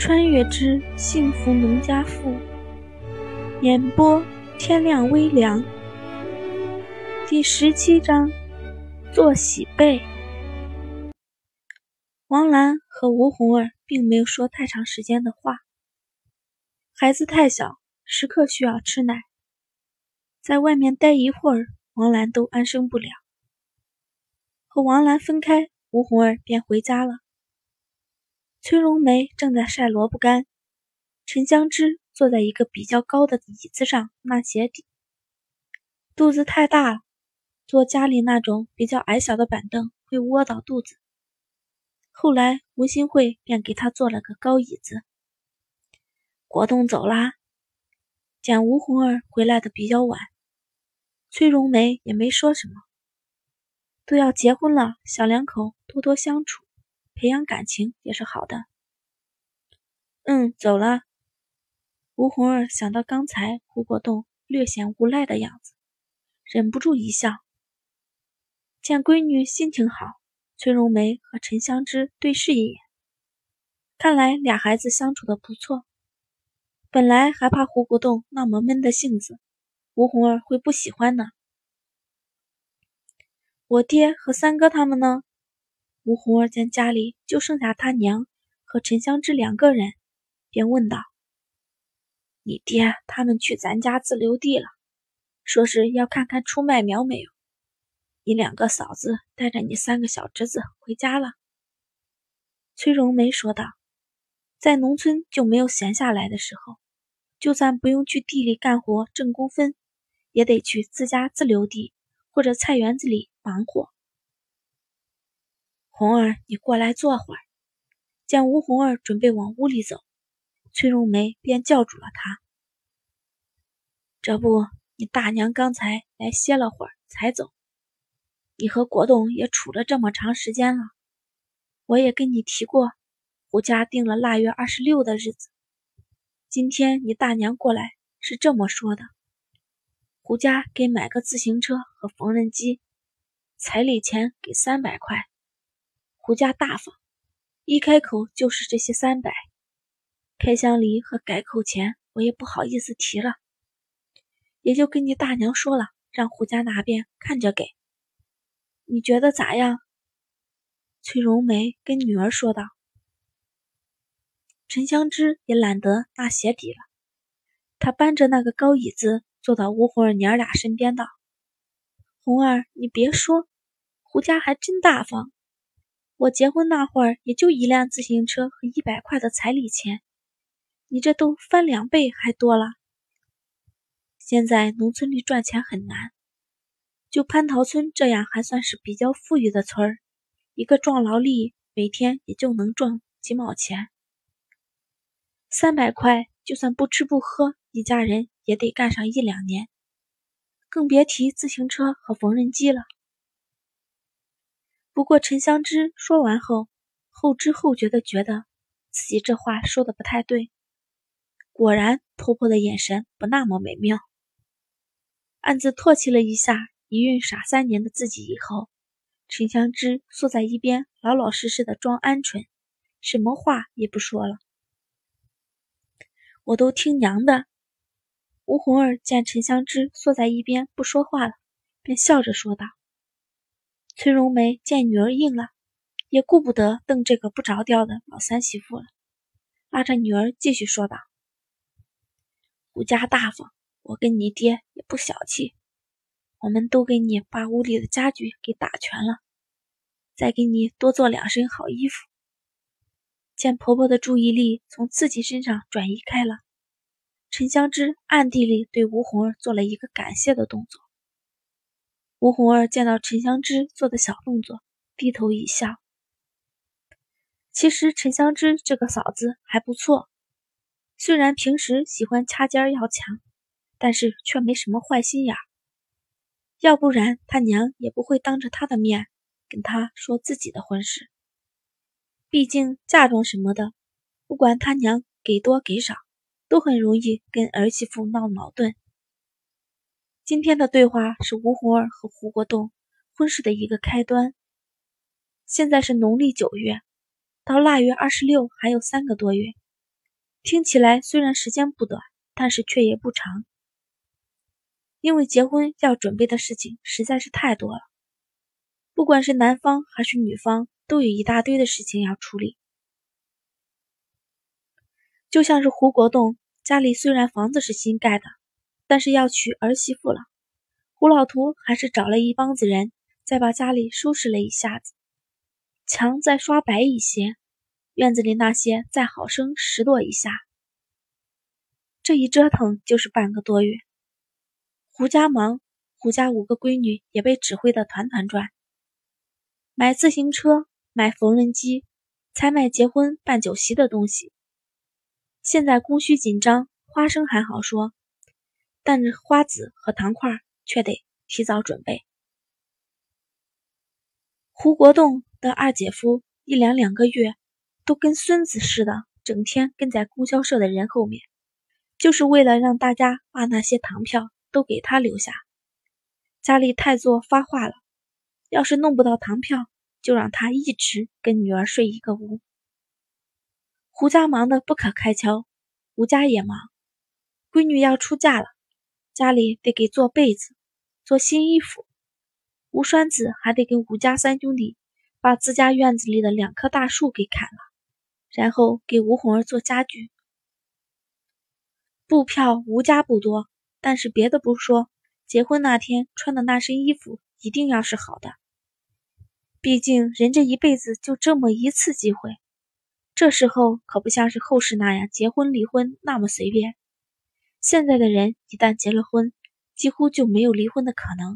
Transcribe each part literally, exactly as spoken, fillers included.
穿越之幸福农家妇，演播天亮微凉。第十七章，做喜被。王兰和吴红儿并没有说太长时间的话，孩子太小，时刻需要吃奶，在外面待一会儿，王兰都安生不了。和王兰分开，吴红儿便回家了。崔荣梅正在晒萝卜干，陈香芝坐在一个比较高的椅子上纳鞋底。肚子太大了，坐家里那种比较矮小的板凳会窝到肚子。后来吴新慧便给她做了个高椅子。国栋走啦，见吴红儿回来的比较晚，崔荣梅也没说什么。都要结婚了，小两口多多相处，培养感情也是好的。嗯，走了。吴红儿想到刚才胡国栋略显无赖的样子，忍不住一笑。见闺女心情好，崔荣梅和陈香芝对视一眼，看来俩孩子相处的不错。本来还怕胡国栋那么闷的性子，吴红儿会不喜欢呢。我爹和三哥他们呢？吴红儿见家里就剩下他娘和陈香芝两个人，便问道：你爹他们去咱家自留地了，说是要看看出麦苗没有。你两个嫂子带着你三个小侄子回家了。崔荣梅说道，在农村就没有闲下来的时候，就算不用去地里干活挣工分，也得去自家自留地或者菜园子里忙活。红儿，你过来坐会儿。见吴红儿准备往屋里走，崔荣梅便叫住了她。这不，你大娘刚才来歇了会儿才走，你和国栋也处了这么长时间了，我也跟你提过，胡家定了腊月二十六的日子。今天你大娘过来是这么说的，胡家给买个自行车和缝纫机，彩礼钱给三百块。胡家大方，一开口就是这些三百，开箱礼和改口钱我也不好意思提了，也就跟你大娘说了，让胡家那边看着给。你觉得咋样？崔荣梅跟女儿说道。陈香芝也懒得纳鞋底了，她搬着那个高椅子坐到吴红儿娘俩身边道：红儿，你别说，胡家还真大方。我结婚那会儿也就一辆自行车和一百块的彩礼钱，你这都翻两倍还多了。现在农村里赚钱很难，就蟠桃村这样还算是比较富裕的村儿，一个壮劳力每天也就能赚几毛钱。三百块就算不吃不喝，一家人也得干上一两年，更别提自行车和缝纫机了。不过陈香芝说完后，后知后觉的觉得自己这话说的不太对，果然婆婆的眼神不那么美妙。暗自唾弃了一下一孕傻三年的自己以后，陈香芝坐在一边老老实实的装鹌鹑，什么话也不说了。我都听娘的。吴红儿见陈香芝坐在一边不说话了，便笑着说道。崔荣梅见女儿应了，也顾不得瞪这个不着调的老三媳妇了，拉着女儿继续说道：胡家大方，我跟你爹也不小气，我们都给你把屋里的家具给打全了，再给你多做两身好衣服。见婆婆的注意力从自己身上转移开了，陈香芝暗地里对吴红儿做了一个感谢的动作。吴红儿见到陈香芝做的小动作，低头一笑。其实陈香芝这个嫂子还不错，虽然平时喜欢掐尖要强，但是却没什么坏心眼儿。要不然他娘也不会当着他的面跟他说自己的婚事。毕竟嫁妆什么的，不管他娘给多给少，都很容易跟儿媳妇闹矛盾。今天的对话是吴红儿和胡国栋婚事的一个开端。现在是农历九月，到腊月二十六还有三个多月， 听起来虽然时间不短，但是却也不长，因为结婚要准备的事情实在是太多了，不管是男方还是女方，都有一大堆的事情要处理。就像是胡国栋家里虽然房子是新盖的，但是要娶儿媳妇了，胡老图还是找了一帮子人，再把家里收拾了一下子，墙再刷白一些，院子里那些再好生拾掇一下。这一折腾就是半个多月。胡家忙，胡家五个闺女也被指挥得团团转，买自行车，买缝纫机，采买结婚办酒席的东西。现在供需紧张，花生还好说，但是花籽和糖块却得提早准备。胡国栋的二姐夫一两两个月都跟孙子似的，整天跟在供销社的人后面，就是为了让大家把那些糖票都给他留下。家里太座发话了，要是弄不到糖票，就让他一直跟女儿睡一个屋。胡家忙得不可开交，吴家也忙，闺女要出嫁了，家里得给做被子，做新衣服。吴栓子还得给吴家三兄弟把自家院子里的两棵大树给砍了，然后给吴红儿做家具。布票吴家不多，但是别的不说，结婚那天穿的那身衣服一定要是好的。毕竟人这一辈子就这么一次机会，这时候可不像是后世那样结婚离婚那么随便。现在的人一旦结了婚，几乎就没有离婚的可能。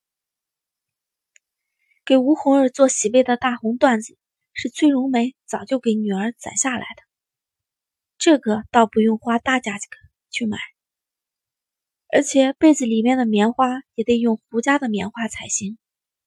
给吴红儿做喜被的大红缎子是崔荣梅早就给女儿攒下来的，这个倒不用花大价格去买，而且被子里面的棉花也得用胡家的棉花才行。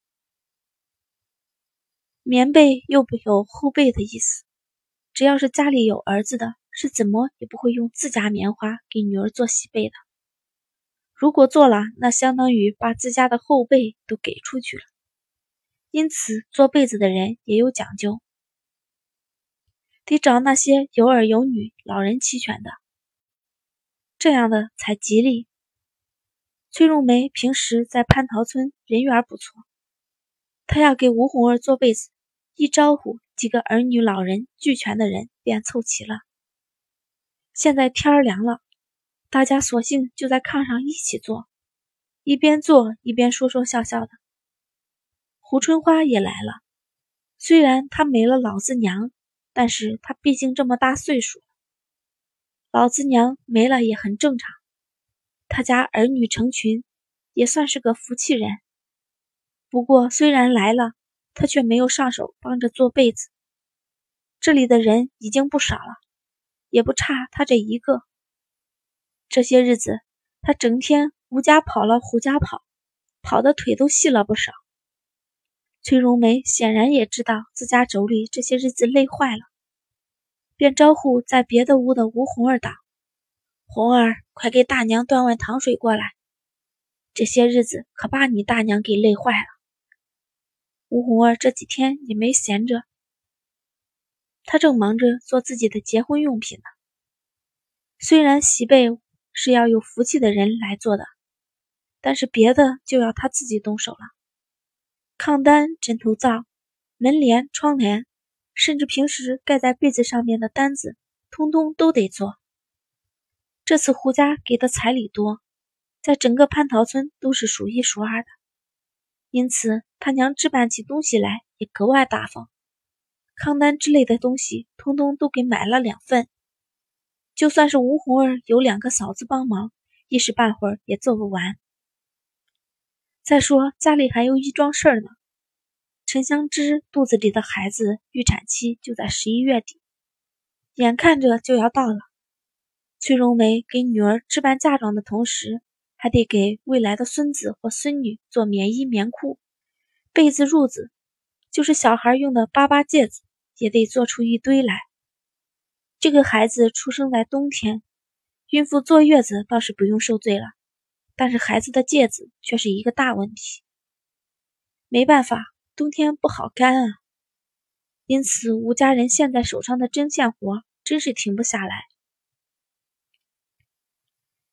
棉被又不有后背的意思，只要是家里有儿子的，是怎么也不会用自家棉花给女儿做喜被的。如果做了，那相当于把自家的后背都给出去了。因此做被子的人也有讲究，得找那些有儿有女、老人齐全的，这样的才吉利。崔荣梅平时在蟠桃村人缘不错，她要给吴红儿做被子，一招呼几个儿女老人俱全的人便凑齐了。现在天儿凉了，大家索性就在炕上一起做，一边做一边说说笑笑的。胡春花也来了，虽然她没了老子娘，但是她毕竟这么大岁数，老子娘没了也很正常。她家儿女成群，也算是个福气人。不过虽然来了，她却没有上手帮着做被子。这里的人已经不少了，也不差她这一个。这些日子，她整天吴家跑了胡家跑，跑的腿都细了不少。崔荣梅显然也知道自家妯娌这些日子累坏了，便招呼在别的屋的吴红儿道：“红儿，快给大娘端碗糖水过来，这些日子可把你大娘给累坏了。”吴红儿这几天也没闲着，她正忙着做自己的结婚用品呢。虽然喜被是要有福气的人来做的，但是别的就要她自己动手了。炕单、枕头罩、门帘、窗帘，甚至平时盖在被子上面的单子，通通都得做。这次胡家给的彩礼多，在整个蟠桃村都是数一数二的，因此他娘置办起东西来也格外大方，炕单之类的东西通通都给买了两份。就算是吴红儿有两个嫂子帮忙，一时半会儿也做不完。再说家里还有一桩事儿呢，陈香芝肚子里的孩子预产期就在十一月底，眼看着就要到了。崔荣梅给女儿置办嫁妆的同时，还得给未来的孙子或孙女做棉衣棉裤，被子褥子，就是小孩用的巴巴戒指，也得做出一堆来。这个孩子出生在冬天，孕妇坐月子倒是不用受罪了，但是孩子的戒指却是一个大问题。没办法，冬天不好干啊。因此吴家人现在手上的针线活真是停不下来，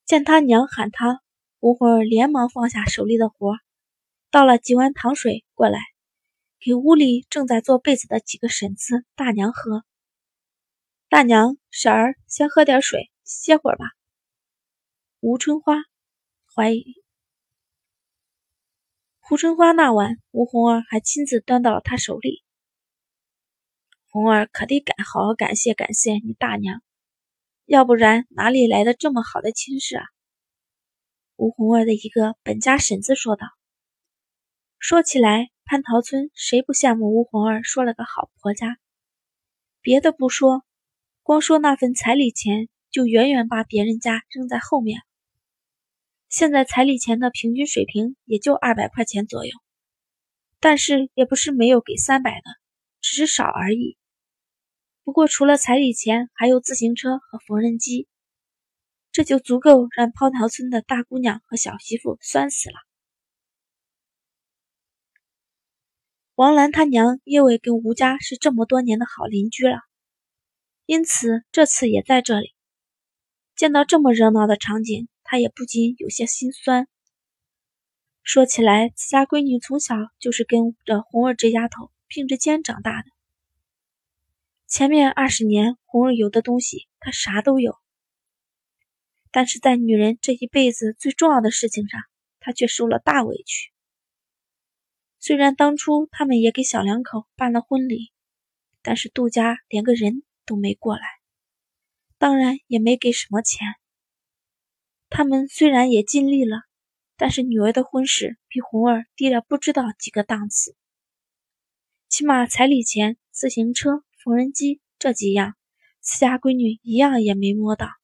见他娘喊他，吴红儿连忙放下手里的活，倒了几碗糖水过来，给屋里正在做被子的几个婶子、大娘喝。大娘，婶儿，先喝点水，歇会儿吧。吴春花怀疑。胡春花那碗，吴红儿还亲自端到了她手里。红儿可得感好好感谢感谢你大娘，要不然哪里来的这么好的亲事啊？吴红儿的一个本家婶子说道。说起来，蟠桃村谁不羡慕吴红儿说了个好婆家？别的不说，光说那份彩礼钱就远远把别人家扔在后面。现在彩礼钱的平均水平也就二百块钱左右，但是也不是没有给三百的，只是少而已。不过除了彩礼钱，还有自行车和缝纫机，这就足够让蟠桃村的大姑娘和小媳妇酸死了。王兰她娘因为跟吴家是这么多年的好邻居了，因此这次也在这里。见到这么热闹的场景，她也不禁有些心酸。说起来，自家闺女从小就是跟着红儿这丫头并着肩长大的。前面二十年，红儿有的东西她啥都有，但是在女人这一辈子最重要的事情上，她却受了大委屈。虽然当初他们也给小两口办了婚礼，但是杜家连个人都没过来，当然也没给什么钱。他们虽然也尽力了，但是女儿的婚事比红儿低了不知道几个档次。起码彩礼钱、自行车、缝纫机这几样，自家闺女一样也没摸到。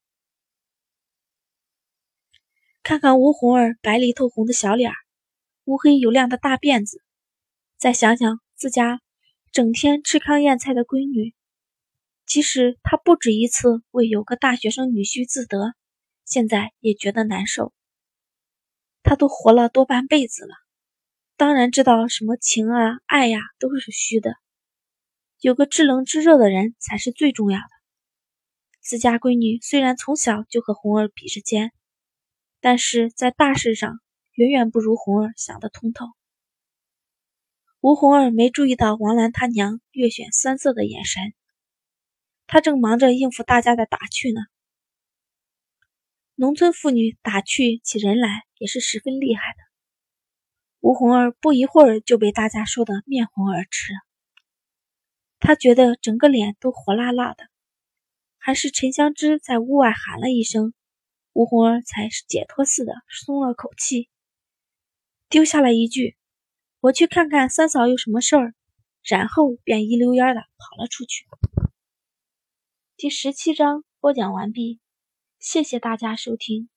看看吴红儿白里透红的小脸，乌黑油亮的大辫子，再想想自家整天吃糠咽菜的闺女，即使她不止一次为有个大学生女婿自得，现在也觉得难受。她都活了多半辈子了，当然知道什么情啊爱呀、啊、都是虚的，有个知冷知热的人才是最重要的。自家闺女虽然从小就和红儿比着肩，但是在大事上远远不如红儿想得通透。吴红儿没注意到王兰她娘略显酸涩的眼神，她正忙着应付大家的打趣呢。农村妇女打趣起人来也是十分厉害的。吴红儿不一会儿就被大家说得面红耳赤，她觉得整个脸都火辣辣的。还是陈香芝在屋外喊了一声，吴红儿才解脱似的松了口气，丢下了一句：“我去看看三嫂有什么事儿。”然后便一溜烟的跑了出去。第十七章播讲完毕，谢谢大家收听。